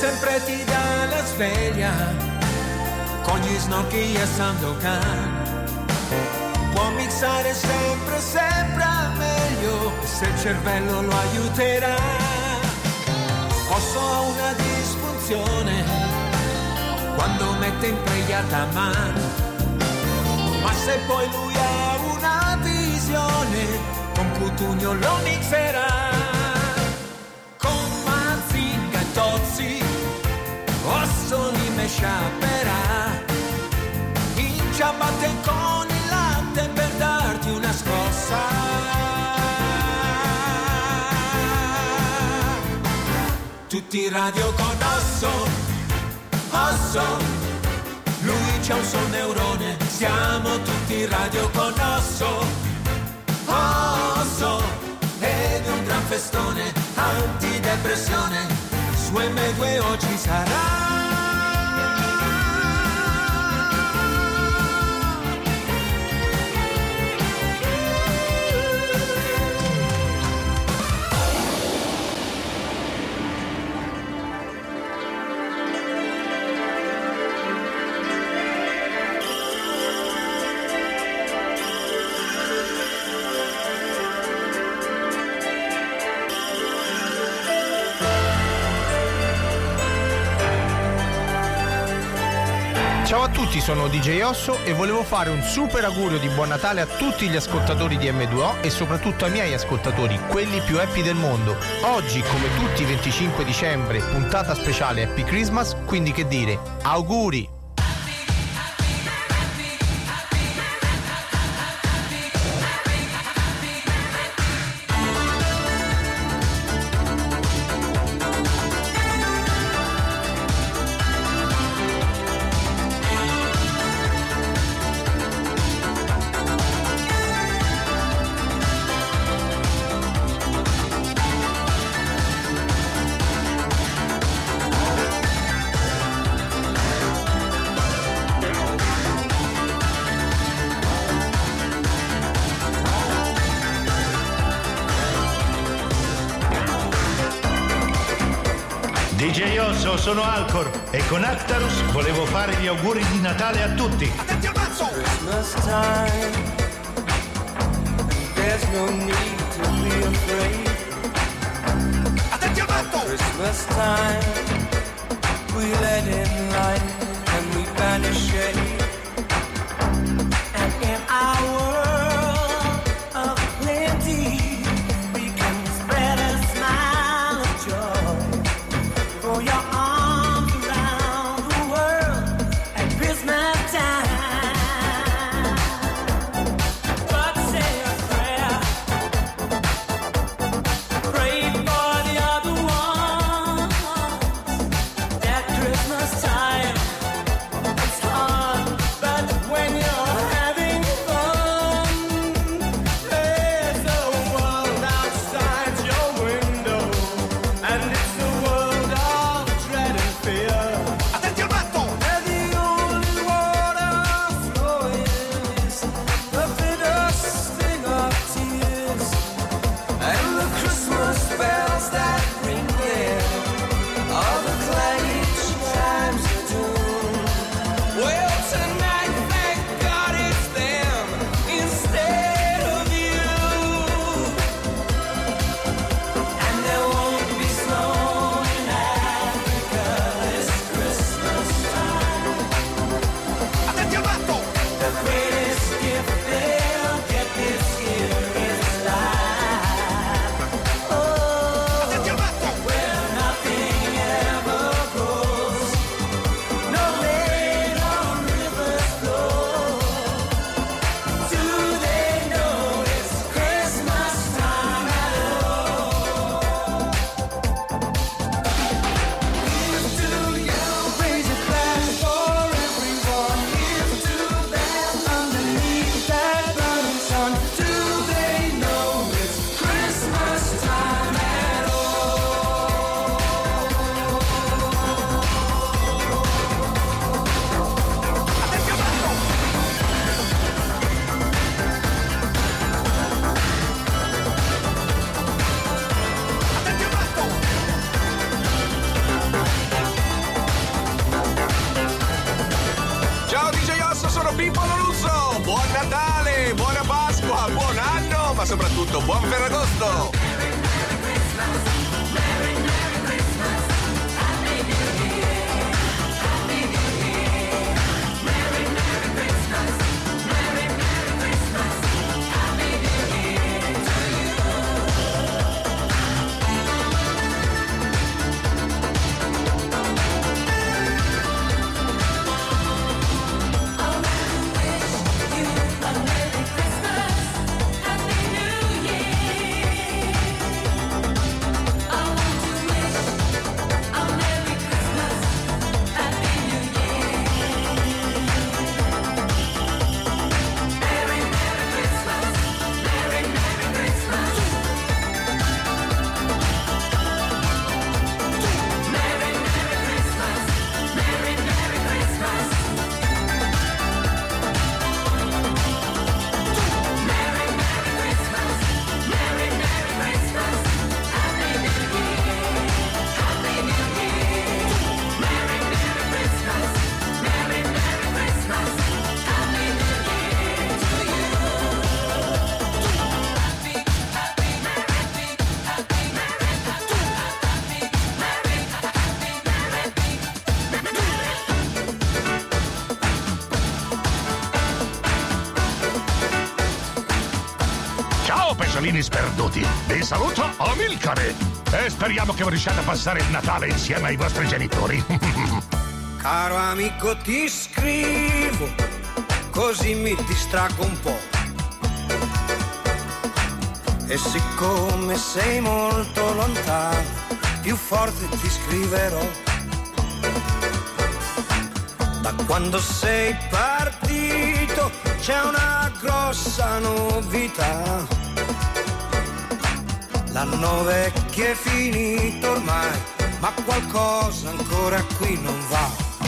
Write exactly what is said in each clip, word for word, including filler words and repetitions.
sempre ti dà la sveglia con gli snorchi e Sandokan. Può mixare sempre, sempre meglio se il cervello lo aiuterà. Osso ha una disfunzione quando mette impregliata mano, ma se poi lui ha una visione, con Cutugno lo mixerà. Con Mazinga e Tozzi, Osso li mesciaperà, in ciabatte con il latte per darti una scossa. Tutti in radio con Osso, Osso, lui c'ha un sol neurone, siamo tutti in radio con Osso, Osso, ed un gran festone, antidepressione, su emme due oggi sarà. Ciao a tutti, sono D J Osso e volevo fare un super augurio di buon Natale a tutti gli ascoltatori di emme due o e soprattutto ai miei ascoltatori, quelli più happy del mondo. Oggi, come tutti i venticinque dicembre, puntata speciale Happy Christmas, quindi che dire, auguri! D J Osso, sono Alcor e con Actarus volevo fare gli auguri di Natale a tutti. Christmas time, there's no need to be afraid. Christmas time, we let in light and we banish shade. And in our world of plenty, we can spread a smile of joy. Throw your arms around the world at Christmas time. But say a prayer, pray for the other one. ma soprattutto buon Ferragosto! Pesolini sperduti, vi saluto Amilcare e speriamo che riusciate a passare il Natale insieme ai vostri genitori. Caro amico, ti scrivo così mi distraggo un po', e siccome sei molto lontano più forte ti scriverò. Da quando sei partito c'è una grossa novità. L'anno vecchio è finito ormai, ma qualcosa ancora qui non va.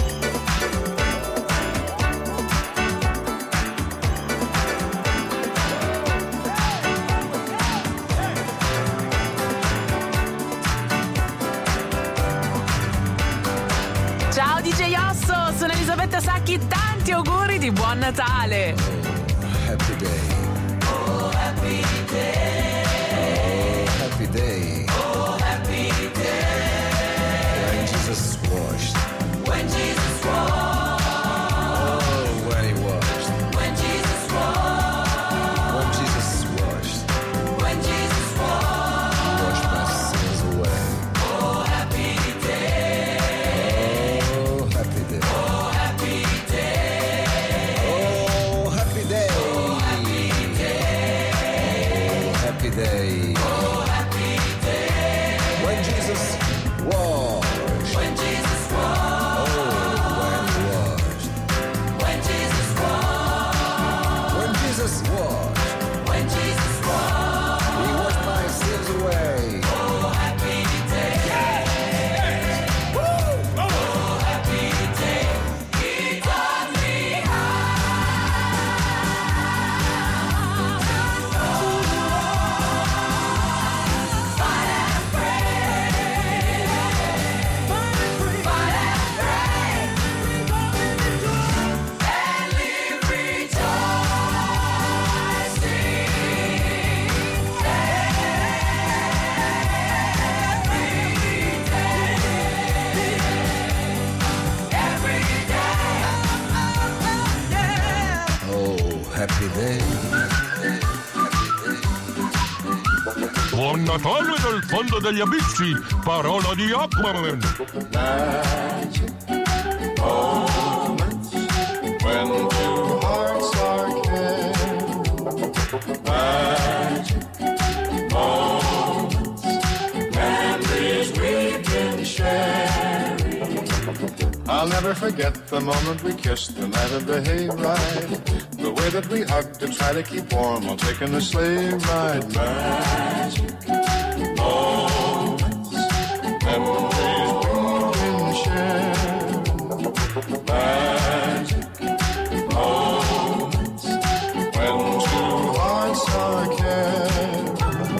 Ciao D J Osso, sono Elisabetta Sacchi, tanti auguri di buon Natale. Oh, happy day. Oh, happy day. Happy day. Oh, happy day. When Jesus washed. When Jesus washed. Oh, when he washed. When Jesus washed. When Jesus washed. When Jesus washed. He washed my sins away. Oh, happy day. Oh, happy day. Oh, happy day. Oh, happy day. Oh, happy day. Oh, happy day. Oh, happy day. When Jesus washed. When Jesus washed. Oh, when he washed. When Jesus washed. When Jesus washed. When Jesus washed. He washed my sins away. Oh, happy day. Yeah. Woo. Oh, happy day. He taught me fight and pray. Fight and pray. And live rejoicing. Every day. Oh, happy day. Buon Natale dal fondo degli abissi, parola di Aquaman. When two hearts are kin, magic moments, memories we can share. I'll never forget the moment we kissed the night of the hayride, the way that we hugged to try to keep warm while taking the sleigh ride. Magic moments, memories we can share. Magic moments, when two hearts are kin.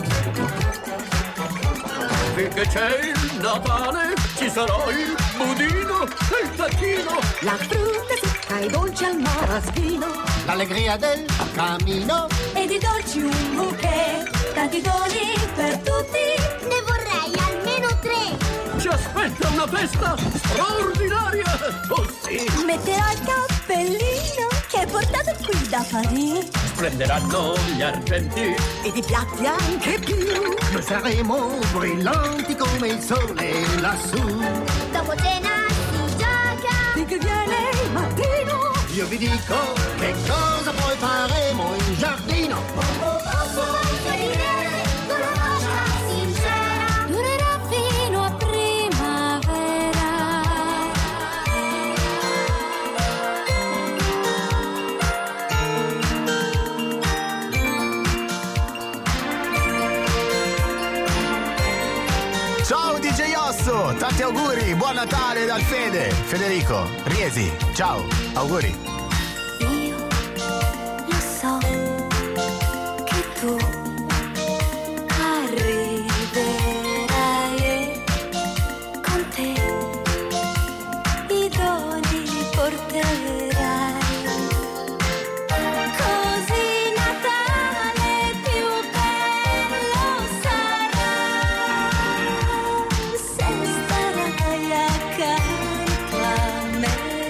Finché c'è il Natale ci sarà il budino e il tacchino, la frutta ai dolci al maraschino, l'allegria del cammino e di dolci un bouquet, tanti doni per tutti, ne vorrei almeno tre. Ci aspetta una festa straordinaria, oh sì! Metterò il cappellino che è portato qui da Parigi, splenderanno gli argenti e di piatti anche più. Noi saremo brillanti come il sole lassù. Dopo cena si gioca, finché viene il mattino. Io vi dico che cosa poi faremo in giardino. Posso anche dire con una voce sincera, durerà fino a primavera. Ciao D J Osso, tanti auguri, buon Natale dal Fede, Federico, Riesi, ciao, auguri. Io lo so che tu arriverai e con te i doni porterai. Così Natale più bello sarà se starai accanto a me.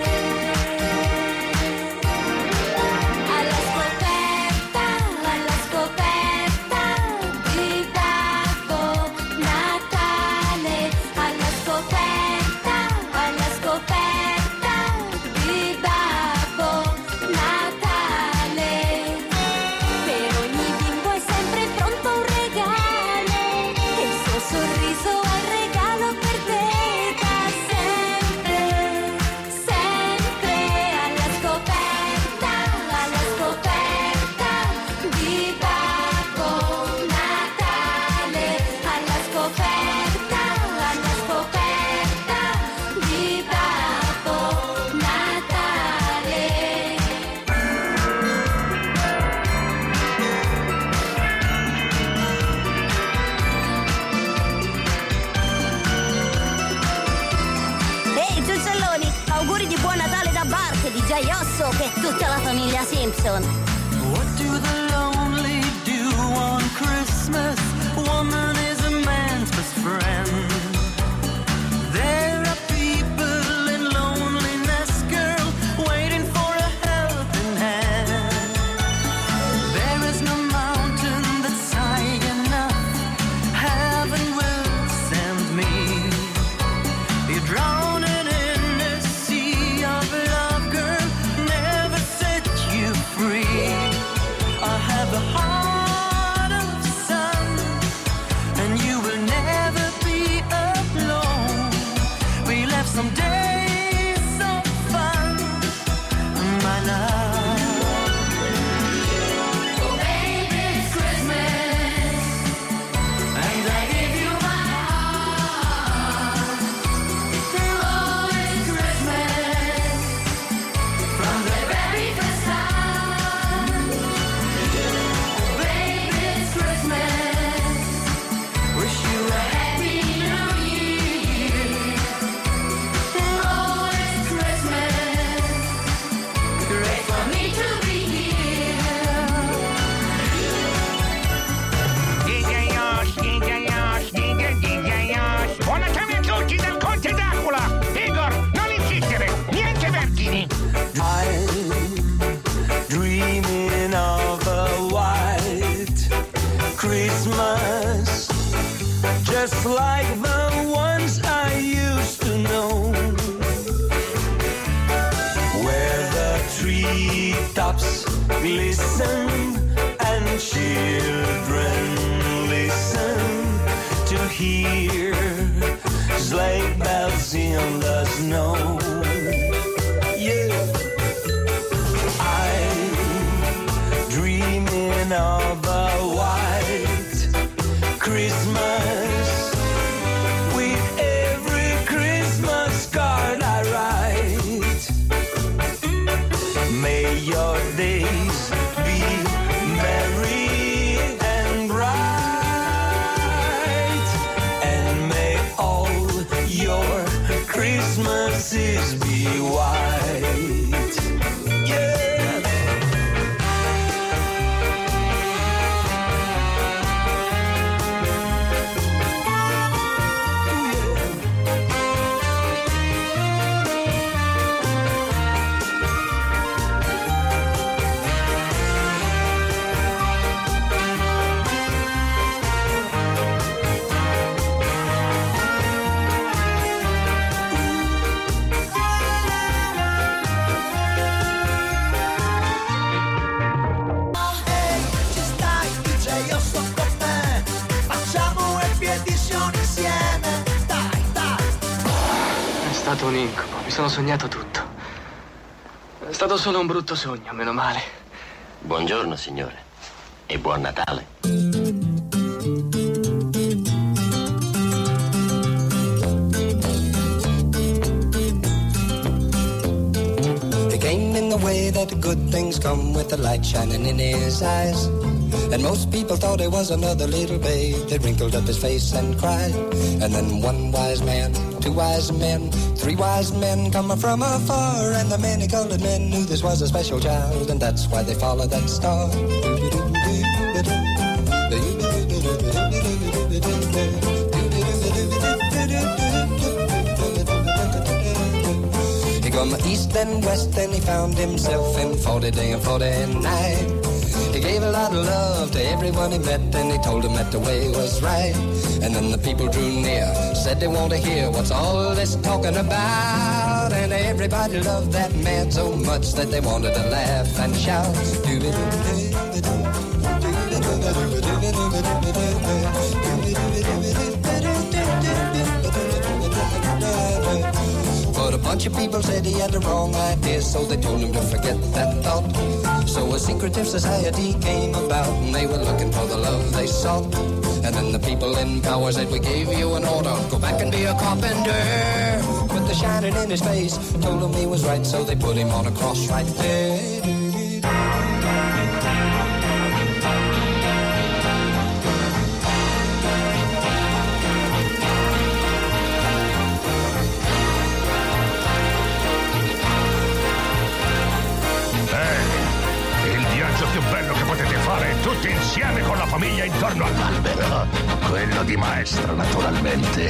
Alla scoperta, alla scoperta di Babbo Natale. Alla scoperta, alla scoperta di Babbo Natale. Per ogni bimbo è sempre pronto un regalo e il suo sorriso è il regalo per te da sempre, sempre. Alla scoperta, alla scoperta di Babbo Natale. Alla scoperta, alla scoperta di Babbo Natale. Ehi ciuccielloni, auguri di buon Natale da Bart, D J Osso e tutta la famiglia Simpson. What do the lonely do on Christmas? Woman is a man's best friend. There are people in loneliness, girl, waiting for a helping hand. There is no mountain that's high enough, heaven will send me. You're drowning in a sea of love, girl, never set you free. I have the heart of sun, and you will never be alone. We left some days of fun, my love. Oh baby, it's Christmas, and I give you my heart. Oh, it's Christmas, from the very first time. Oh baby, it's Christmas, wish you a happy new year. Oh, it's Christmas, great for me to be here. D J Osh, D J Osh, D J D J Osh. Buon Natale a tutti dal Conte Dracula. Igor, non insistere, niente vertigini. I'm dreaming of a white Christmas, just like the ones I used to know, where the treetops glisten and children listen to hear sleigh bells in the snow. Yeah. I'm dreaming of a white Christmas, with every Christmas card I write. May your days be merry and bright, and may all your Christmases be white. stato un incubo, mi sono sognato tutto. È stato solo un brutto sogno, meno male. Buongiorno, signore. E buon Natale. He came in the way that good things come, with the light shining in his eyes. And most people thought he was another little babe. They wrinkled up his face and cried. And then one wise man, two wise men, three wise men come from afar. And the many-colored men knew this was a special child, and that's why they followed that star. He come east and west and he found himself in forty day and forty night. He gave a lot of love to everyone he met, and he told them that the way was right. And then the people drew near, said they want to hear what's all this talking about. And everybody loved that man so much that they wanted to laugh and shout. But a bunch of people said he had the wrong idea, so they told him to forget that thought. So a secretive society came about, and they were looking for the love they sought. And then the people in power said, we gave you an order, go back and be a carpenter. But the shining in his face told him he was right, so they put him on a cross right there. Più bello che potete fare tutti insieme con la famiglia intorno all'albero. Quello di maestro, naturalmente.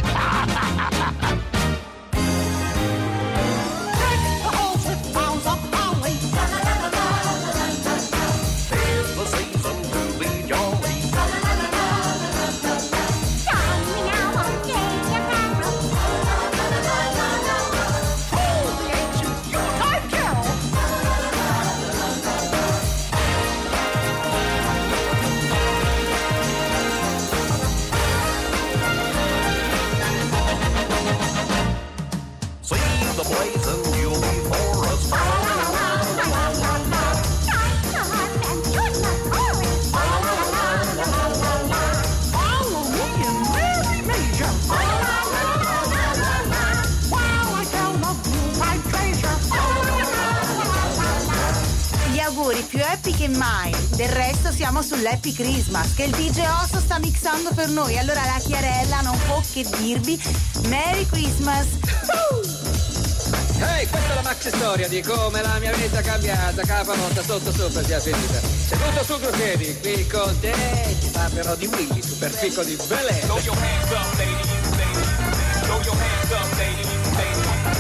Più happy che mai. Del resto siamo sull'Happy Christmas che il D J Osso sta mixando per noi. Allora la Chiarella non può che dirvi Merry Christmas. Ehi, hey, questa è la maxi storia di come la mia vita è cambiata, capanotta sotto sopra sia finita. Seduto su due piedi, qui con te, ti parlerò di Willy, super fico di Belè. Throw your hands up, ladies, ladies. Throw your hands up, ladies, ladies.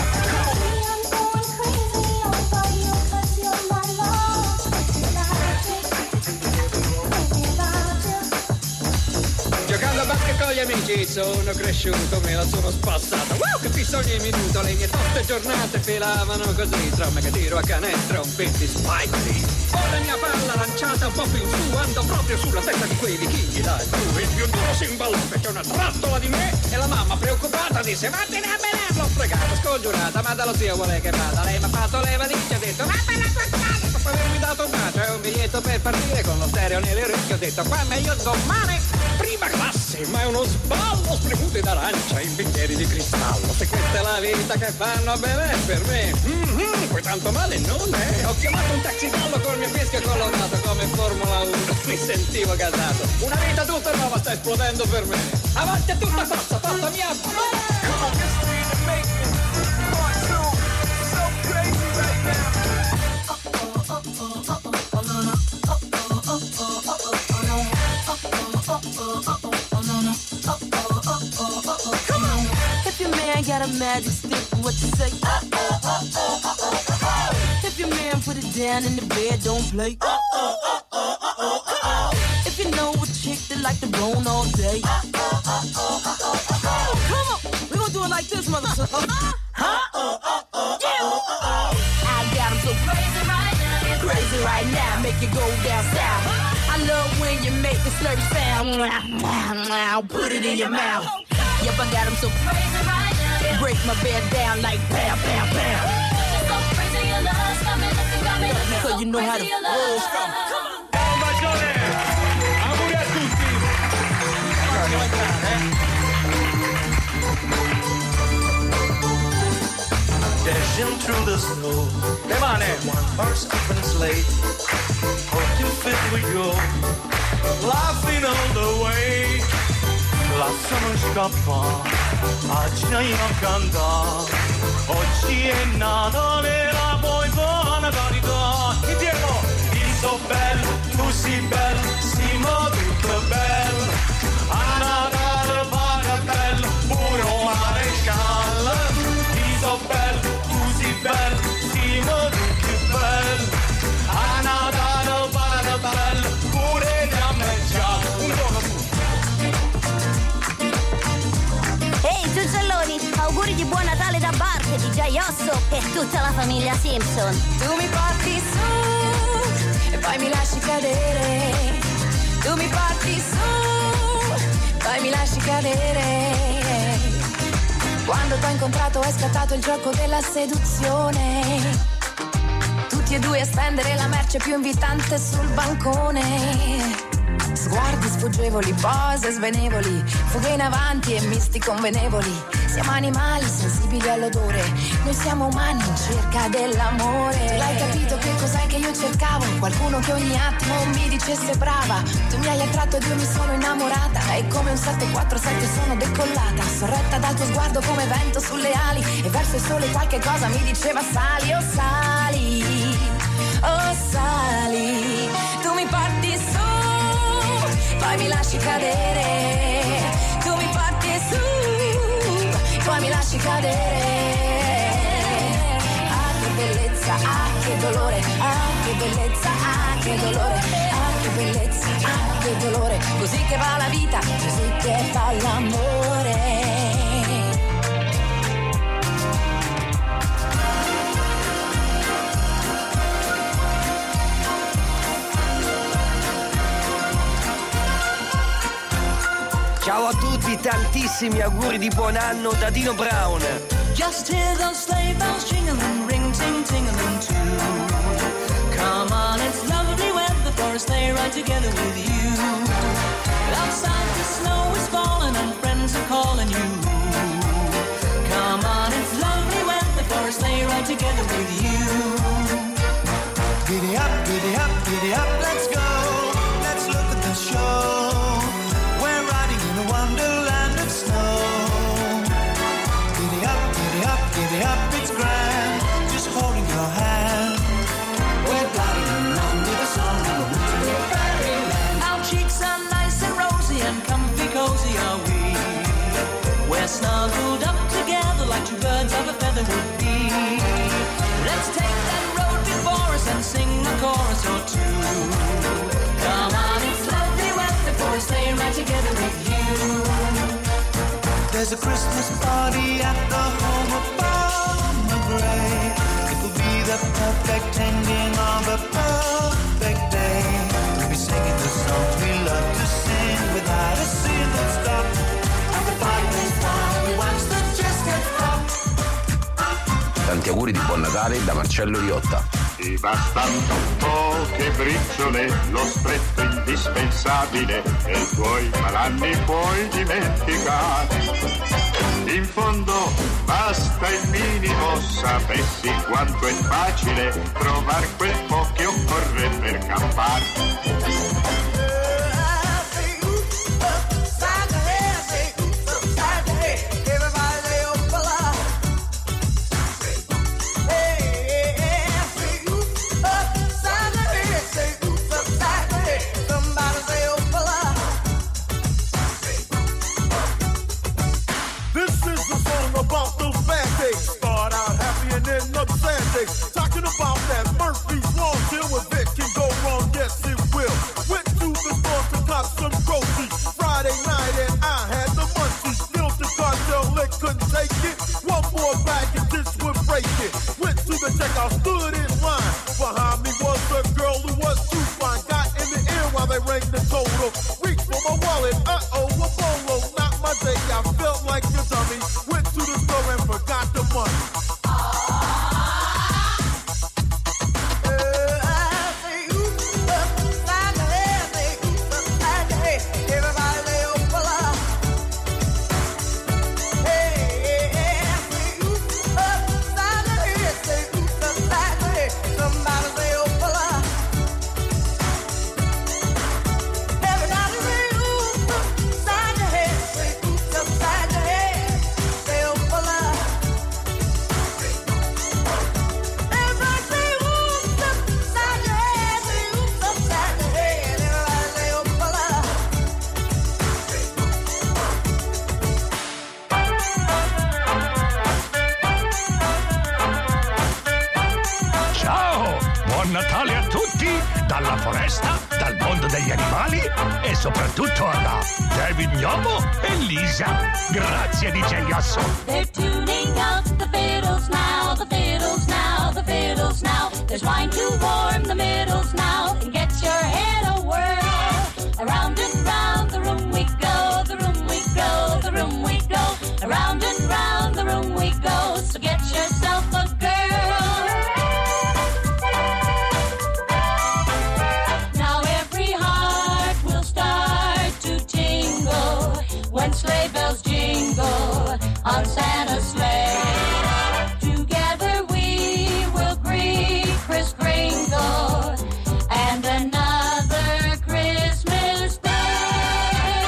Giocando a basket con gli amici sono cresciuto, me la sono spassata. Wow, che pista ogni minuto, le mie toste giornate filavano così. Tra me che tiro a canestro, un pit di Spike Lee. Ho la mia palla lanciata un po' più in su, ando proprio sulla testa di quei vichinghi, dai. Il più duro si imballò, fece una trottola di me e la mamma preoccupata disse vattene a benare. L'ho fregata, scongiurata, ma dallo zio vuole che vada. Lei mi ha fatto le valigie, ha detto va per la tua strada. Dopo avermi dato un bacio e un biglietto per partire con lo stereo nelle orecchie, ho detto qua meglio domani. Prima classe, ma è uno sballo, spremute d'arancia in bicchieri di cristallo. Se questa è la vita che fanno, bene per me. Mm-hmm, poi tanto male non è. Ho chiamato un taxi gallo col mio fischio collocato come Formula uno. Mi sentivo gasato. Una vita tutta nuova sta esplodendo per me. Avanti a tutta forza, porta mia. If your man got a magic stick, what you say? If your man put it down in the bed, don't play. If you know a chick that like to bone all day. Come on, we gonna do it like this, motherfucker. Huh? I got him so crazy right now, crazy right now, make you go down south. I love when you make the slurp sound. Put it in your mouth. Yep, I got him so crazy right now. break my bed down like bam, bam, bam. Just so crazy your love's coming, looking got me looking So so you know how to crazy your roll. love. Come on. Buon bacione! Auguri a tutti! Dashing through the snow. Le mani! One horse open sleigh. Hope you fit with you. Laughing all the way. La summer scappa. Oggi noi non canta. Oggi è Natale, la puoi buona carità. Insieme! Il so bello, tu si bello, siamo tutto bello. A Natale paga bello, pure un maresciallo. Il so bello, tu si bello, siamo tutti bello. A Natale paga bello, pure da merciallo. Un giorno tu. Ehi Giugielloni, auguri di buon Natale da Bart, di D J Osso e tutta la famiglia Simpson. Tu mi porti su e poi mi lasci cadere. Tu mi porti su, poi mi lasci cadere. Quando t'ho incontrato è scattato il gioco della seduzione. Tutti e due a stendere la merce più invitante sul bancone. Sguardi sfuggevoli, pose svenevoli, fughe in avanti e misti convenevoli. Siamo animali sensibili all'odore, noi siamo umani in cerca dell'amore. L'hai capito che cos'è che io cercavo? Qualcuno che ogni attimo mi dicesse brava. Tu mi hai attratto ed io mi sono innamorata. E come un sette quattro sette sono decollata, sorretta dal tuo sguardo come vento sulle ali. E verso il sole qualche cosa mi diceva sali, oh sali, oh sali. Tu mi porti su, poi mi lasci cadere. Tu mi porti su, poi mi lasci cadere. Ah che bellezza, ah che dolore, ah che bellezza, ah che dolore, ah che bellezza, ah che dolore. Così che va la vita, così che va l'amore. Ciao a tutti, tantissimi auguri di buon anno da Dino Brown. Just hear those sleigh bells jingling, ring ting tingling too. Come on, it's lovely weather for a sleigh ride together with you. Outside the snow is falling and friends are calling you. Come on, it's lovely weather for a sleigh ride together with you. Giddy up, giddy up, giddy up, let's go. Let's look at the show. We're riding in a wonderland of snow. Giddy up, giddy up, giddy up, it's grand. Just holding your hand. We're gliding along with a song of a winter fairyland. Our cheeks are nice and rosy and comfy cozy are we. We're snuggled up together like two birds of a feather would be. Let's take that road before us and sing a chorus or two. Come on, it's lovely weather for a sleigh ride together with you. There's a Christmas party at the home of Farmer Gray. It will be the perfect ending of a perfect day. We'll be singing the songs we love to sing without a single stop. And the fireplace while we watch the chestnuts pop. Tanti auguri di buon Natale da Marcello Riotta. Ti bastano poche briciole, lo stretto indispensabile e i tuoi malanni puoi dimenticare. In fondo basta il minimo, sapessi quanto è facile trovare quel po' che occorre per campare. Talking about that Murphy's Law till with it can go wrong, yes it will. Went to the store to cop some groceries Friday night and I had the munchies. Still the cartel lick couldn't take it. One more bag and this would break it. Went to the checkout, stood in line. Behind me was the girl who was too fine. Got in the air while they rang the total. Reached for my wallet, uh oh, a bolo. Not my day, I felt like a dummy. Went to the store and Natale a tutti, dalla foresta, dal mondo degli animali e soprattutto alla David Gnomo e Lisa. Grazie D J Osso. They're tuning up the fiddles now, the fiddles now, the fiddles now. There's wine to warm the middles now, and get your head a whirl. Around and round the room we go, the room we go, the room we go. Around and round the room we go, so get yourself a girl. Now every heart will start to tingle when sleigh bells jingle on Santa's sleigh. Together we will greet Kris Kringle and another Christmas day.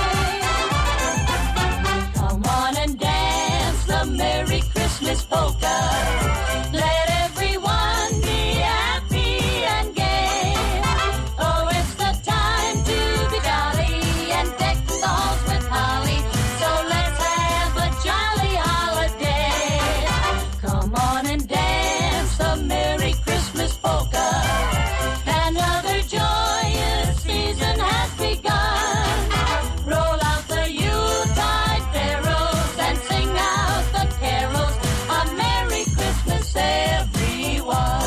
Come on and dance the Merry Christmas polka. Let everyone be happy and gay. Oh, it's the time to be jolly and deck the halls with holly. So let's have a jolly holiday. Come on and dance the Merry Christmas polka. Another joyous season has begun. Roll out the Yuletide barrels and sing out the carols. A Merry Christmas, everyone.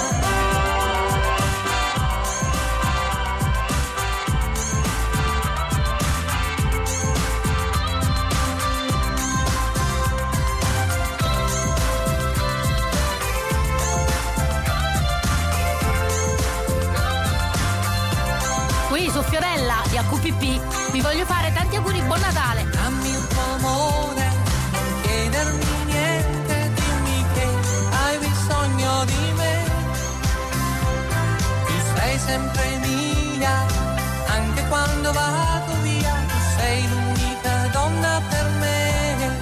Qui su Fiorella di A Q P P vi voglio fare tanti auguri, buon Natale. Dammi il tuo amore, non chiedermi niente, dimmi che hai bisogno di me. Tu sei sempre mia, anche quando vado via, tu sei l'unica donna per me.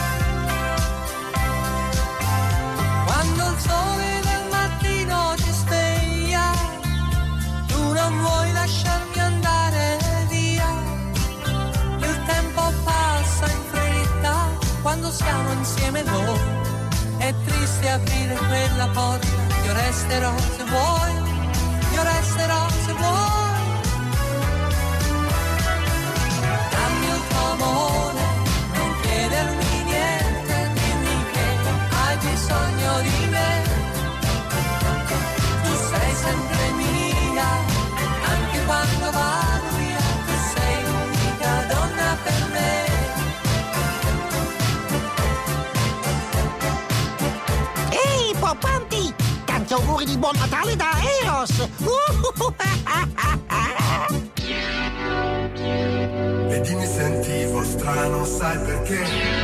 Quando il sole del mattino ci sveglia, tu non vuoi lasciarmi andare via. Il tempo passa in fretta quando siamo insieme noi. È triste aprire quella porta. Io resterò se vuoi, io resterò se vuoi. Dammi il tuo amore, non chiedermi niente, dimmi che hai bisogno di me. Tu sei sempre mia, anche quando vado via, tu sei l'unica donna per me. Ehi, poppanti! Tanti auguri di buon Natale da Eros! Vedi, mi sentivo strano, sai perché?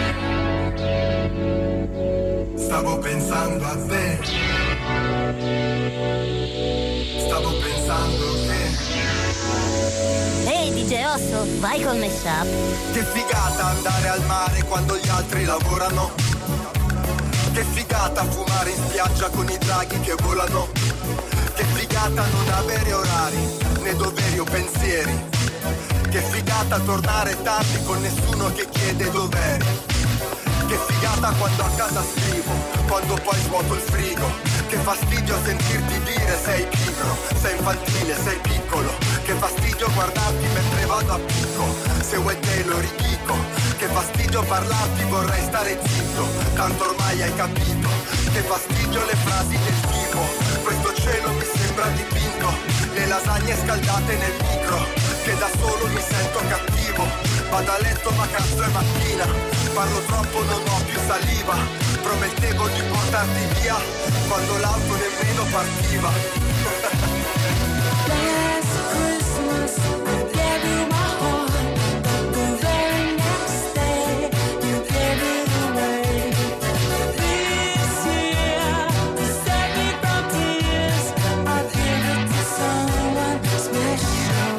Stavo pensando a te. Stavo pensando che Ehi D J Osso, vai col mashup. che figata andare al mare quando gli altri lavorano. Che figata fumare in spiaggia con i draghi che volano. Che figata non avere orari, né doveri o pensieri. Che figata tornare tardi con nessuno che chiede dov'eri. Che figata quando a casa scrivo, quando poi svuoto il frigo. Che fastidio sentirti dire sei pigro, sei infantile, sei piccolo. Che fastidio guardarti mentre vado a picco, se vuoi te lo ridico. Che fastidio parlarti, vorrei stare zitto, tanto ormai hai capito. Che fastidio le frasi del tipo, questo cielo mi sembra dipinto. Le lasagne scaldate nel micro, che da solo mi sento cattivo. Vado a letto ma cazzo è mattina, parlo troppo non ho più saliva. Promettevo di portarti via quando l'auto nemmeno partiva. Last Christmas I gave you my heart, but the very next day you gave it away. This year, to save me from tears, I give it to someone special.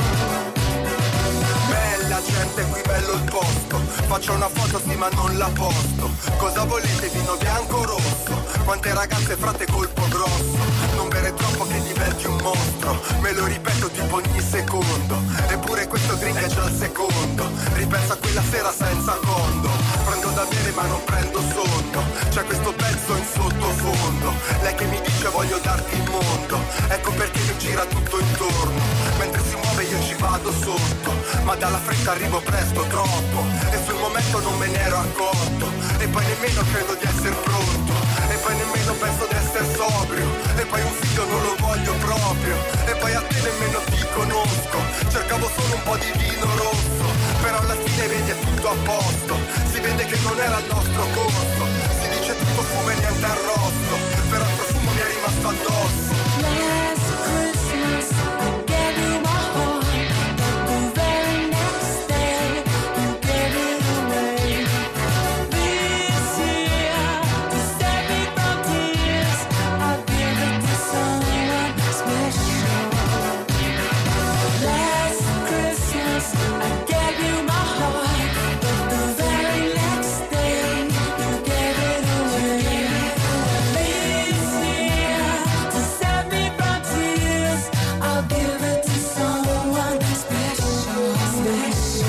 Bella gente, qui bello il posto. Faccio una foto sì ma non la posto. Cosa volete, vino bianco o rosso? Quante ragazze frate colpo grosso. Non bere troppo che diventi un mostro. Me lo ripeto tipo ogni secondo. Eppure questo drink è già il secondo. Ripenso a quella sera senza condo. Prendo da bere ma non prendo sonno. C'è questo pezzo in sottofondo. Lei che mi dice voglio darti il mondo. Ecco perché ma dalla fretta arrivo presto troppo, e sul momento non me ne ero accorto, e poi nemmeno credo di essere pronto, e poi nemmeno penso di essere sobrio, e poi un figlio non lo voglio proprio, e poi a te nemmeno ti conosco, cercavo solo un po' di vino rosso, però alla fine vedi è tutto a posto, si vede che non era il nostro corso, si dice tutto fumo e niente arrosto, però il profumo mi è rimasto addosso. Last Christmas I gave you my heart, but the very next day you gave it away. This year, to save me from tears, I'll give it to someone special. Last Christmas I gave you my heart, but the very next day you gave it away. This year, to save me from tears, I'll give it to someone special, special.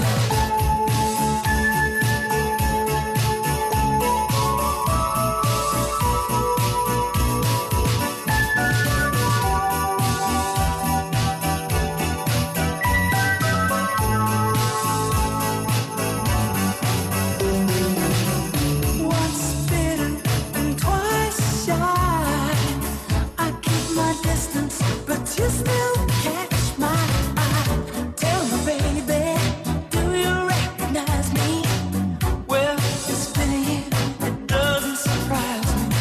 Once bitten and twice shy, I keep my distance, but you still catch my eye. Tell me, baby, do you recognize me? Well, it's been a year, it doesn't surprise me.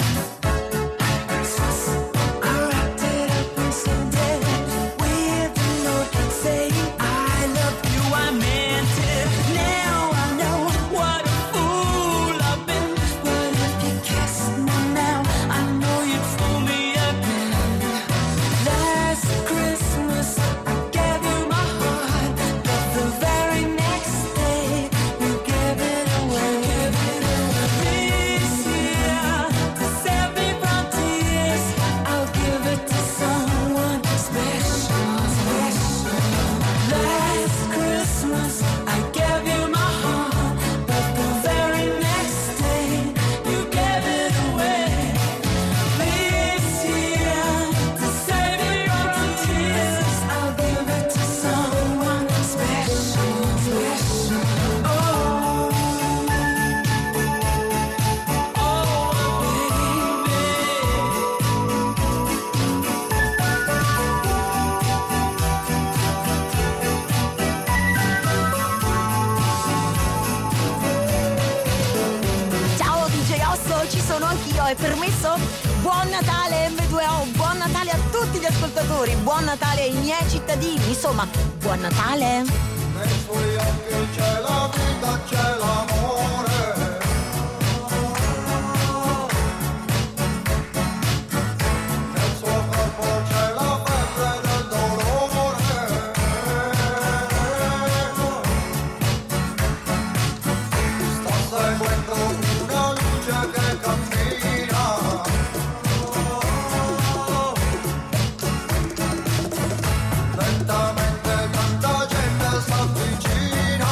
I wrapped it up and sent it with a note saying I love you, I meant it. Now I know what a fool I've been, but if you kissed me now, I know you'd fool me again. Last Christmas I gave you my heart, but the very next day you gave it away. This year, to save me from tears, I'll give it to someone special, special. Last Christmas I gave you my heart, but the very next day you gave it away. This year, to save me from tears, I'll give it to someone special, special. Oh, Ciao D J Osso, ci sono anch'io, è permesso? Buon Natale M due O, buon Natale a tutti gli ascoltatori, buon Natale ai miei cittadini, insomma, buon Natale! Nei suoi occhi c'è la vita, c'è l'amore. Nel suo corpo c'è la febbre del dolore. Sto seguendo una luce che cammina. Lentamente tanta gente s'avvicina.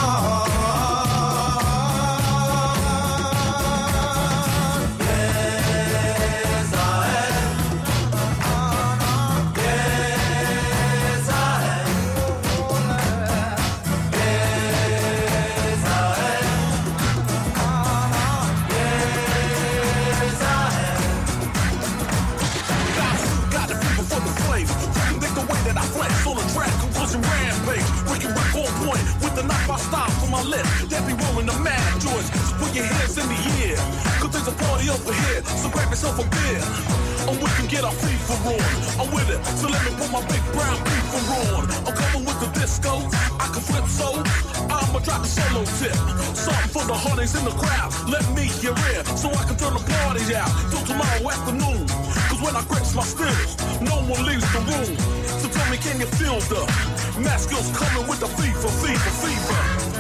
Got the people for the flavor. You think the way that I flex on the track, conclusion rampage. Wicked Rick on point with the knife I stop from my lip. They be rolling the mad joints. So put your hands in the air. Cause there's a party over here. So grab yourself a beer. Or we can get our FIFA on. I'm with it. So let me put my big brown FIFA on. I'm coming with the disco. I can flip so. I'ma drop a solo tip. Something for the honeys in the crowd. Let me hear it. So I can turn the party out till tomorrow afternoon. Cause when I grips my stills, no one leaves the room. So tell me, can you feel the mask skills coming with the fever, fever, fever?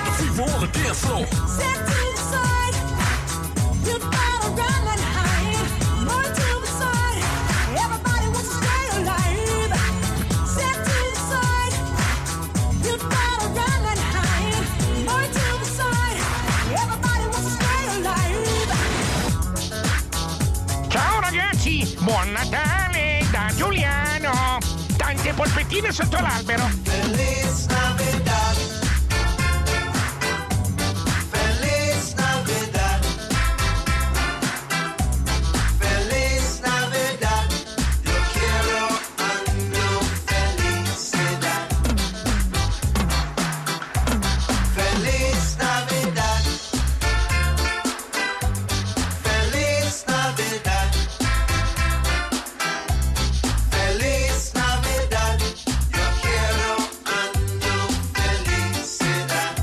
Set inside, you gotta run and hide. polpettine sotto l'albero. Feliz Navidad. Feliz Navidad. Feliz Navidad. Yo quiero año felicidad. Feliz Navidad. Feliz Navidad. Feliz Navidad. Yo quiero año felicidad.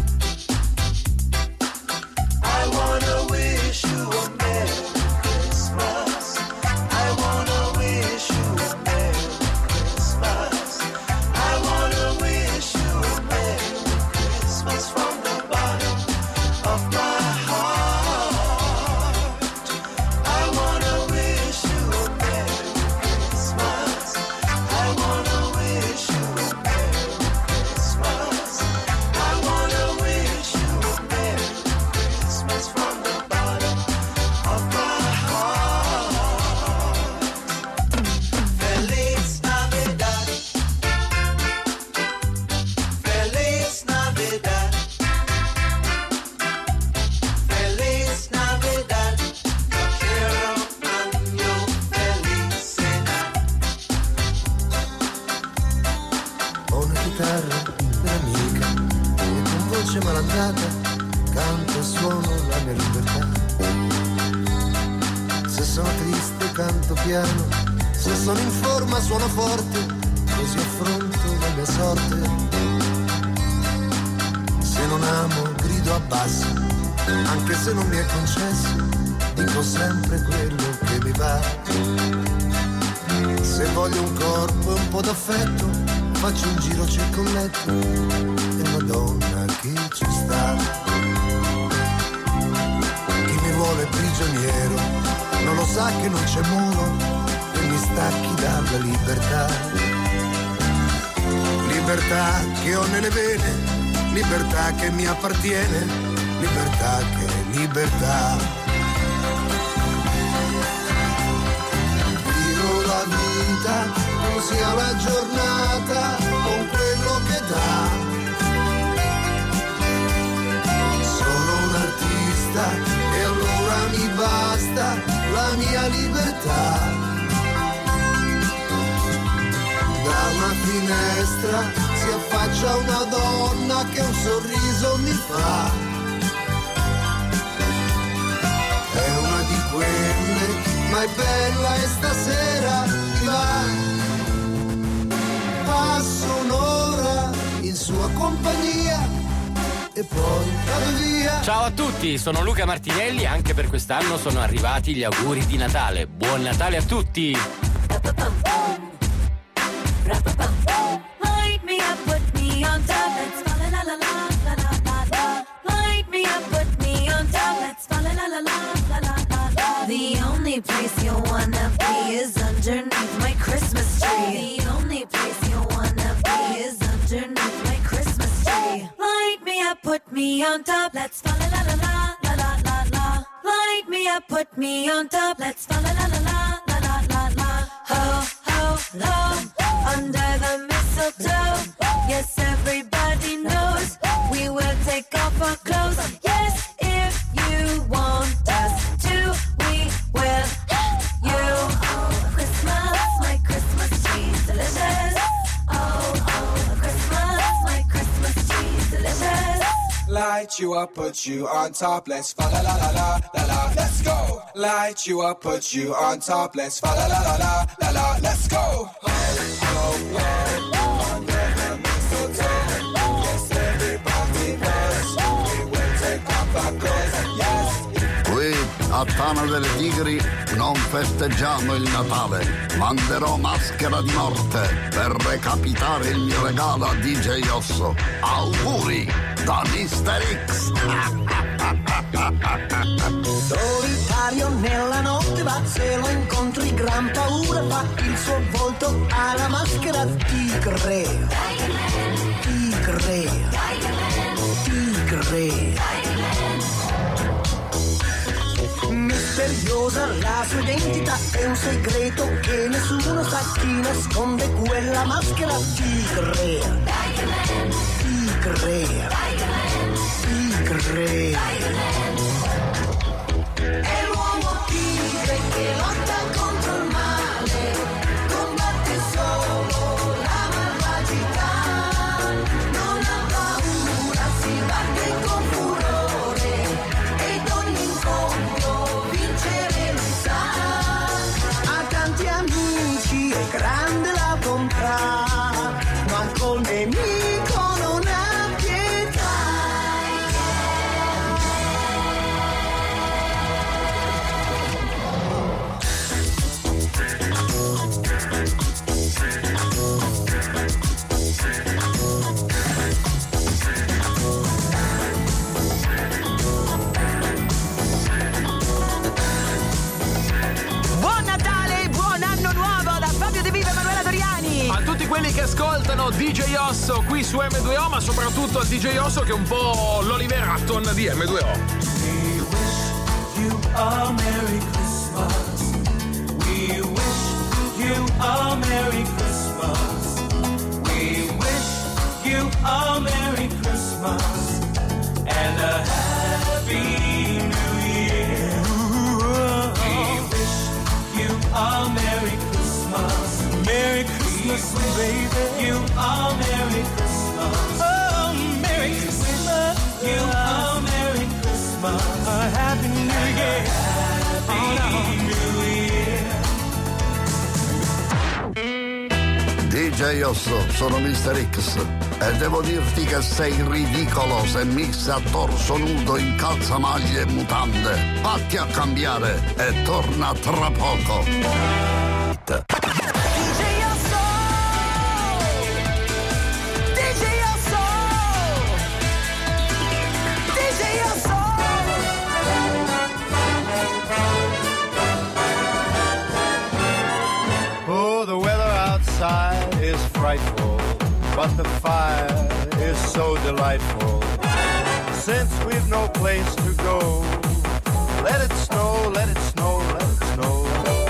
I wanna wish you a Merry Christmas. I wanna wish you a Merry Christmas. I wanna wish you a Merry Christmas from the bottom of my heart. I wanna wish you a Merry Christmas. I wanna wish you a Merry Christmas. I wanna wish you a Merry Christmas from the bottom of my heart. Feliz Navidad. Feliz Navidad. Feliz Navidad. Yo quiero año felicidad. Ho una chitarra amica e con voce malandata canto e suono la mia libertà. Se sono triste canto piano, se sono in forma suono forte, così affronto la mia sorte. Se non amo grido a basso, anche se non mi è concesso, dico sempre quello che mi va. Se voglio un corpo e un po' d'affetto, faccio un giro circo il letto e Madonna che ci sta. Chi mi vuole prigioniero non lo sa che non c'è muro che mi stacchi dalla libertà. Libertà che ho nelle vene, libertà che mi appartiene, libertà che è libertà. Vivo la vita così alla giornata con quello che dà. Sono un artista e allora mi basta la mia libertà. Da una finestra si affaccia una donna che un sorriso mi fa. È una di quelle, ma è bella e stasera mi va. Passo un'ora in sua compagnia e poi vado via. Ciao a tutti, sono Luca Martinelli e anche per quest'anno sono arrivati gli auguri di Natale. Buon Natale a tutti! Light me up, put me on top, let's fall la la la la la la la. Light me up, put me on top, let's fall la la la la la la la. The only place you wanna be is underneath my Christmas tree. The only place you wanna be is underneath my Christmas tree. Light me up, put me on top, let's fall la la la la la la la. Light me up, put me on top, let's fall la la la la la la la. Ho ho ho, under the mistletoe. Yes, everybody knows we will take off our clothes. Yes, if you want us to, we will. You. Oh, Christmas, my Christmas tree's delicious. Oh, oh, Christmas, my Christmas tree's delicious. Light you up, put you on top, let's fa la la la la la la, let's go. Light you up, put you on top, let's fa la la la la la la, let's go. Ho, ho, ho, under the mistletoe. Yes, everybody knows we will take off our clothes. Yes. Qui a Tana delle Tigri non festeggiamo il Natale. Manderò maschera di morte per recapitare il mio regalo a D J Osso. Auguri da mister X. Solitario nella notte va, se lo incontri gran paura fa. Il suo volto ha la maschera tigre. Tigre. Tigre. mister misteriosa la sua identità, è un segreto che nessuno sa, chi nasconde quella maschera. Tigre, tigre, tigre. È l'uomo tigre che lotta contro il male, combatte solo la malvagità, non ha paura, si batte con furore ed ogni incontro vincere lo sa. Ha tanti amici e grande la bontà, ma col nemico non ha pietà. Buon Natale, buon anno nuovo da Fabio De Vivo e Emanuela Doriani. A tutti quelli che ascoltano D J Osso qui su M due O, ma soprattutto al D J Osso che è un po' l'Oliver Hutton di M due O. We wish you a Merry Christmas. We wish you a Merry Christmas. We wish you a Merry Christmas and a Happy New Year. We wish you a Merry Christmas. Merry Christmas, baby. You a Merry Christmas. Oh, Merry Christmas. You a Merry Christmas. A Happy New Year. Happy New Year. D J Osso, sono mister X e devo dirti che sei ridicolo se missa a torso nudo in calzamaglie e mutande. Fatti a cambiare e torna tra poco. D J Osso! D J Osso! D J Osso! Oh, the weather outside is frightful, but the fire is so delightful. Since we've no place to go, let it snow, let it snow, let it snow.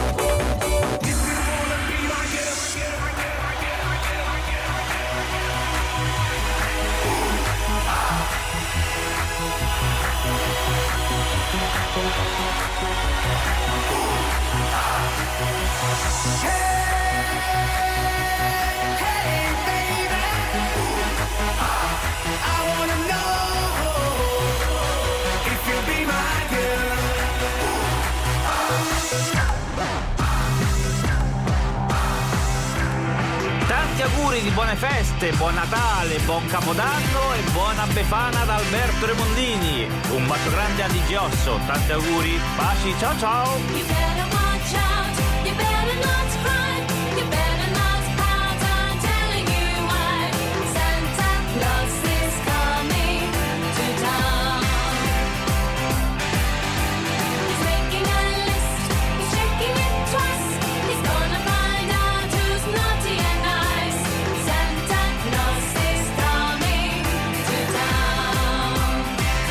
Tanti auguri di buone feste, buon Natale, buon Capodanno e buona Befana da Alberto Remondini. Un bacio grande a D J Osso, tanti auguri, baci, ciao ciao! You better watch out, you better not cry, you better not pout, I'm telling you why. Santa Claus is coming to town. He's making a list, he's checking it twice, he's gonna find out who's naughty and nice. Santa Claus is coming to town.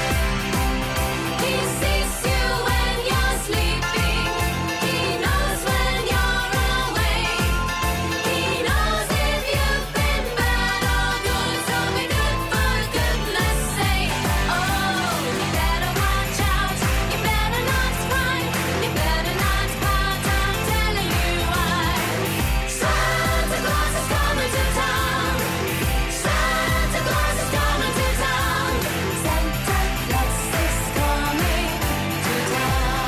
He sees you when you're sleeping, he knows when you're awake, he knows if you've been bad or good, so be good for goodness sake. Oh, you better watch out, you better not cry, you better not pout, I'm telling you why. Santa Claus is coming to town, Santa Claus is coming to town, Santa Claus is coming to town.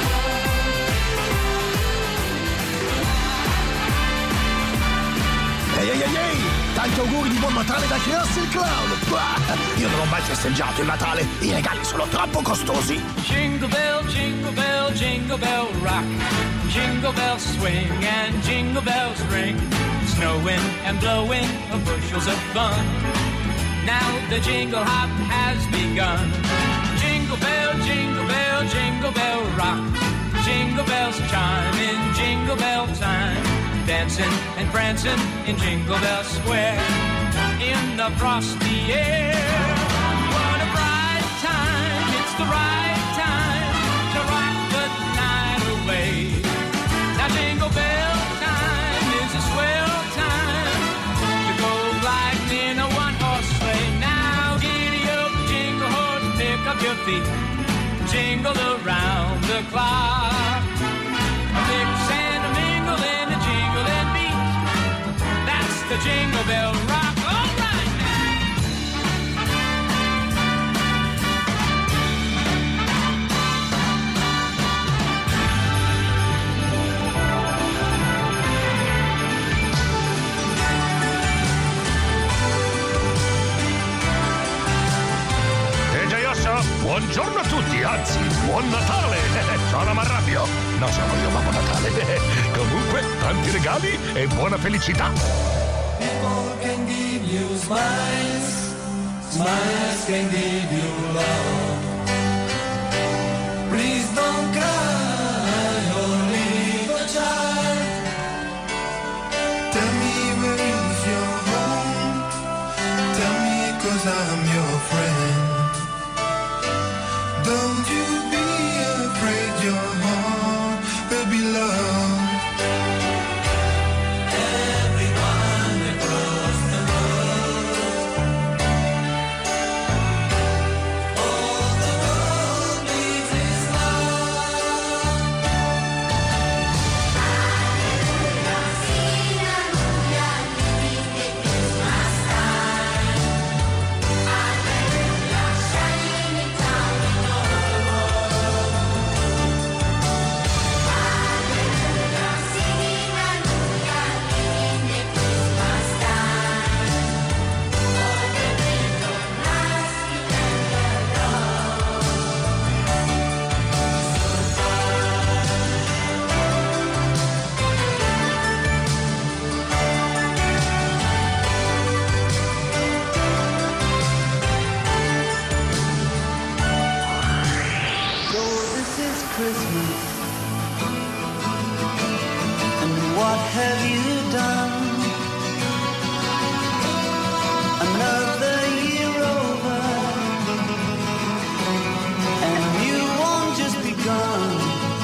Ehi ehi ehi ehi! Tanti auguri di buon Natale da Chaos il Clown! Bah, io non ho mai festeggiato il Natale, i regali sono troppo costosi! Jingle bell, jingle bell, jingle bell rock. Jingle bells swing and jingle bells ring. Snowing and blowing bushels of fun. Now the jingle hop has begun. Jingle bell, jingle bell, jingle bell rock. Jingle bells chime in jingle bell time. Dancing and prancing in Jingle Bell Square. In the frosty air. What a bright time, it's the right time to rock the night your feet jingle around the clock. Mix and a mingle and a jingling beat. That's the Jingle Bell Rock. All right Buongiorno a tutti, anzi, buon Natale! Sono Marrabbio, no, sono io Babbo Natale. Comunque, tanti regali e buona felicità! People can give you smiles, smiles can give you love. Please don't cry or leave a child. Tell me where is your home? Tell me 'cause I'm your friend. Don't you be afraid your heart will be loved. Everyone across the world, all the world needs is love. Alleluia, sing alleluia, living the Christmas time. Alleluia, shining down in all the world. Alleluia, singing alleluia, living the Christmas time. All the window lights remember love. So this is Christmas, and what have you done? Another year over, and you won't just begun.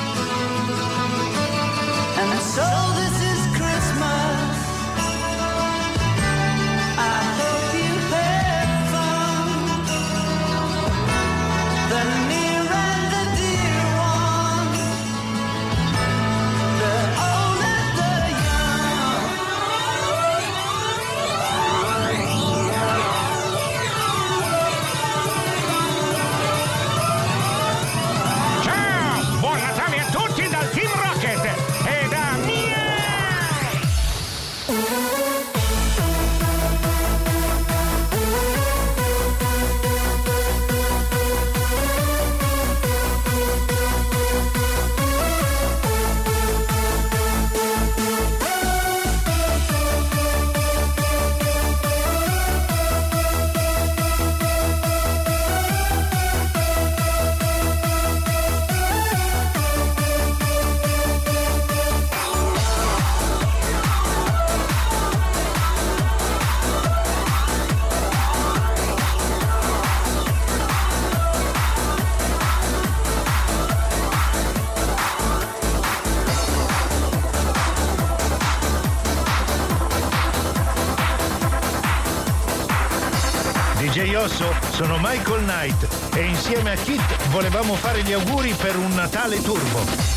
And so this is Christmas. I hope you had fun. The near and the dear ones, the old and the young. Ciao! Buon Natale a tutti dal Team Rocket e da Mia! D J Osso, sono Michael Knight e insieme a Kit volevamo fare gli auguri per un Natale turbo.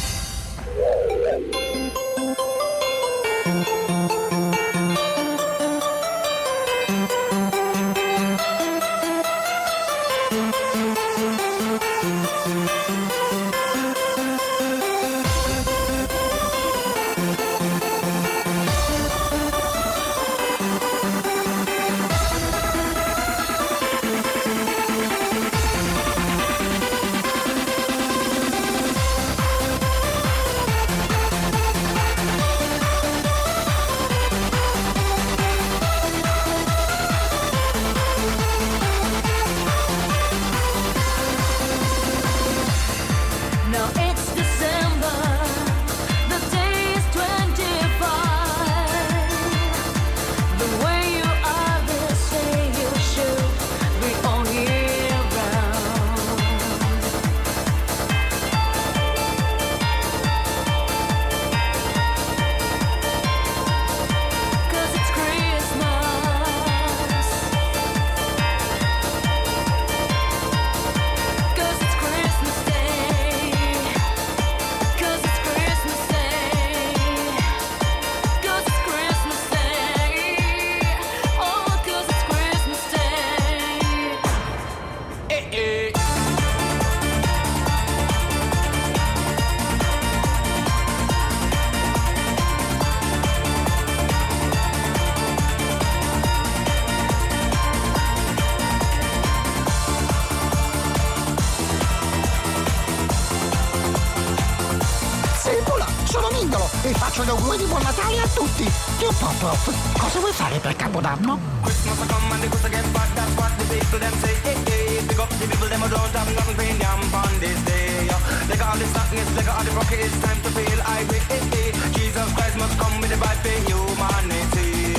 e faccio gli auguri di buon Natale a tutti. Dio Pop, cosa vuoi fare per Capodanno? Christmas a come and the Christmas get back. That's what the people them say. Hey, hey. Pick up the people them who don't have nothing for yam on this day. They got all the stockings, they got all the rocket. It's time to feel irate. Hey, hey. Jesus Christ must come with the bad for humanity.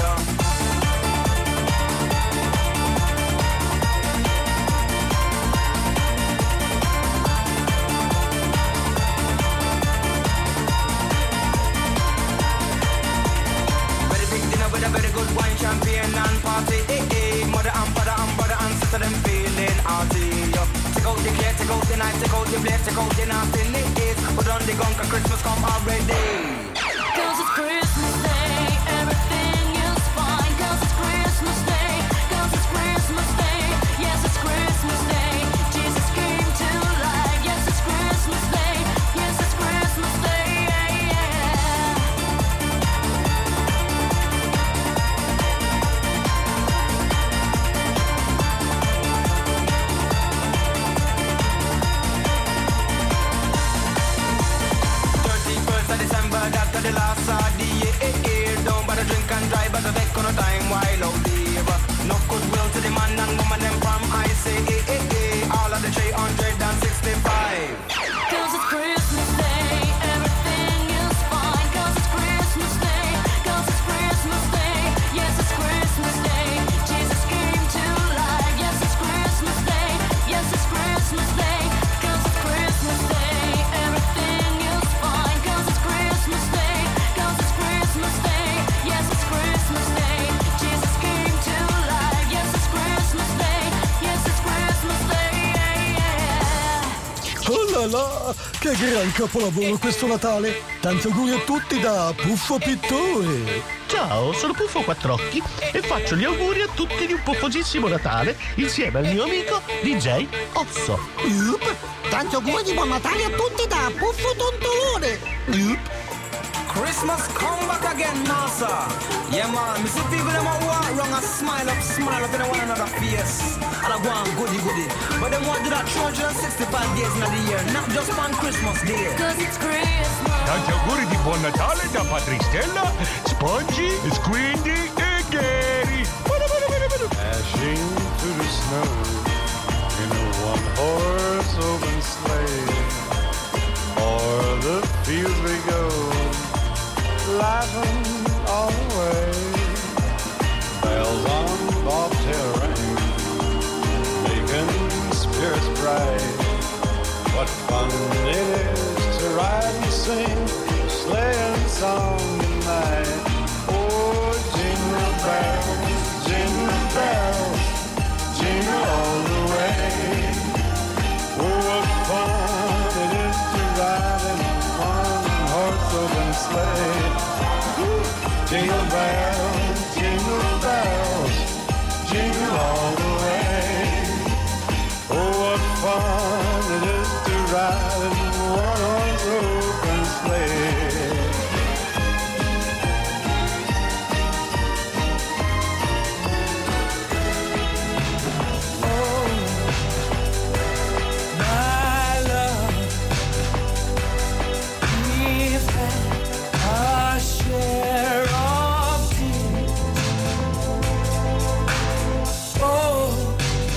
With a very good wine, champagne and party. Hey, hey. Mother and father and brother and sister them feeling hearty. Yo. Take out the care, take out the knife, take out the blade, take out the nasty nickets. Put on the gun 'cause Christmas come already. 'Cause it's Christmas Day, everything is fine. 'Cause it's Christmas Day, 'cause it's Christmas Day. Yes, it's Christmas Day. Jesus came to life. Yes, it's Christmas Day. Yes, it's Christmas Day. Yeah, yeah. December, that's the last of the year. Don't bother drink and drive, but I take on a time while out there. No goodwill to the man and woman them from I say, eh, eh, eh. All of the three hundred sixty-five. 'Cause it's Christmas Day, everything is fine. 'Cause it's Christmas Day, 'cause it's Christmas Day. Yes, it's Christmas Day. Jesus came to life. Yes, it's Christmas Day. Yes, it's Christmas Day. 'Cause it's Christmas Day, everything is fine. 'Cause it's Christmas Day, 'cause it's Christmas Day. Yes, it's Christmas Day. Jesus came to life. Yes, it's Christmas Day. Yes, it's Christmas Day. Yeah, yeah. Oh là là, che gran capolavoro questo Natale! Tanti auguri a tutti da Puffo Pittore! Ciao, sono Puffo Quattrocchi e faccio gli auguri a tutti di un puffosissimo Natale insieme al mio amico D J Osso. Yup. Tanti auguri di buon Natale a tutti da Puffo Tontolone. Yup. Christmas come back again, Massa. Yeah, man. Me see people them a walk wrong and smile up, smile up in one another face. And I go on goody goody. But them want to do that three hundred sixty-five days in the year, not just on Christmas Day. 'Cause it's Christmas. Tanti auguri di buon Natale da Patristella, Spongy, Squindy e Gary. Dashing through the snow in a one-horse open sleigh. O'er the fields we go, laughing all the way. Bells on bobtail ring, making spirits bright. What fun it is to ride and sing sleighing song tonight. Oh, jingle bells, jingle bells, jingle all the way. Oh, what fun it is to ride in a one-horse open sleigh. Jingle bells, jingle bells, jingle all the way. Oh, what fun it is to ride in a one-horse open sleigh. Oh, my love, we've had our share of tears. Oh,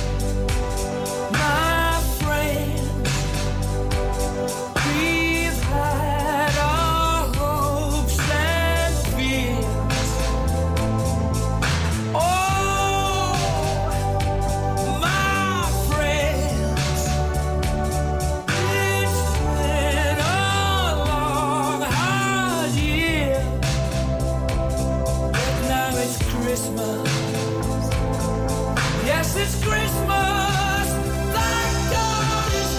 my friend, we've had our hopes and fears. Oh, my friends, it's been a long, hard year, but now it's Christmas. Yes, it's Christmas. Thank God it's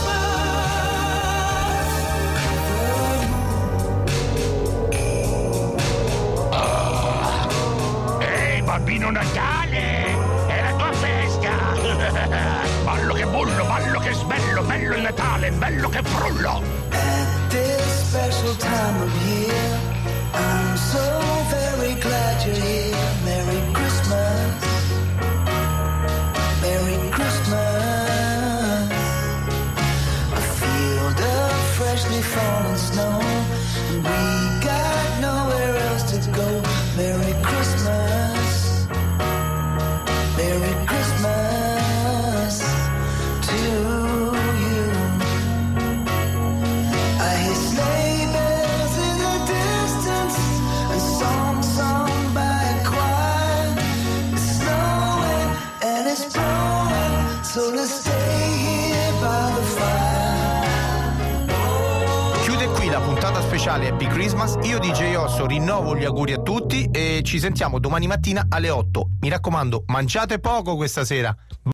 Ehi, bambino Natale! È la tua festa! Ballo che bullo, ballo che sbello, bello il Natale, bello che frullo! At this special time of year, I'm so very glad you're here. Merry Christmas, Merry Christmas. A field of freshly fallen snow, we got So let's stay here by the fire. Chiude qui la puntata speciale Happy Christmas. Io D J Osso rinnovo gli auguri a tutti e ci sentiamo domani mattina alle otto. Mi raccomando, mangiate poco questa sera.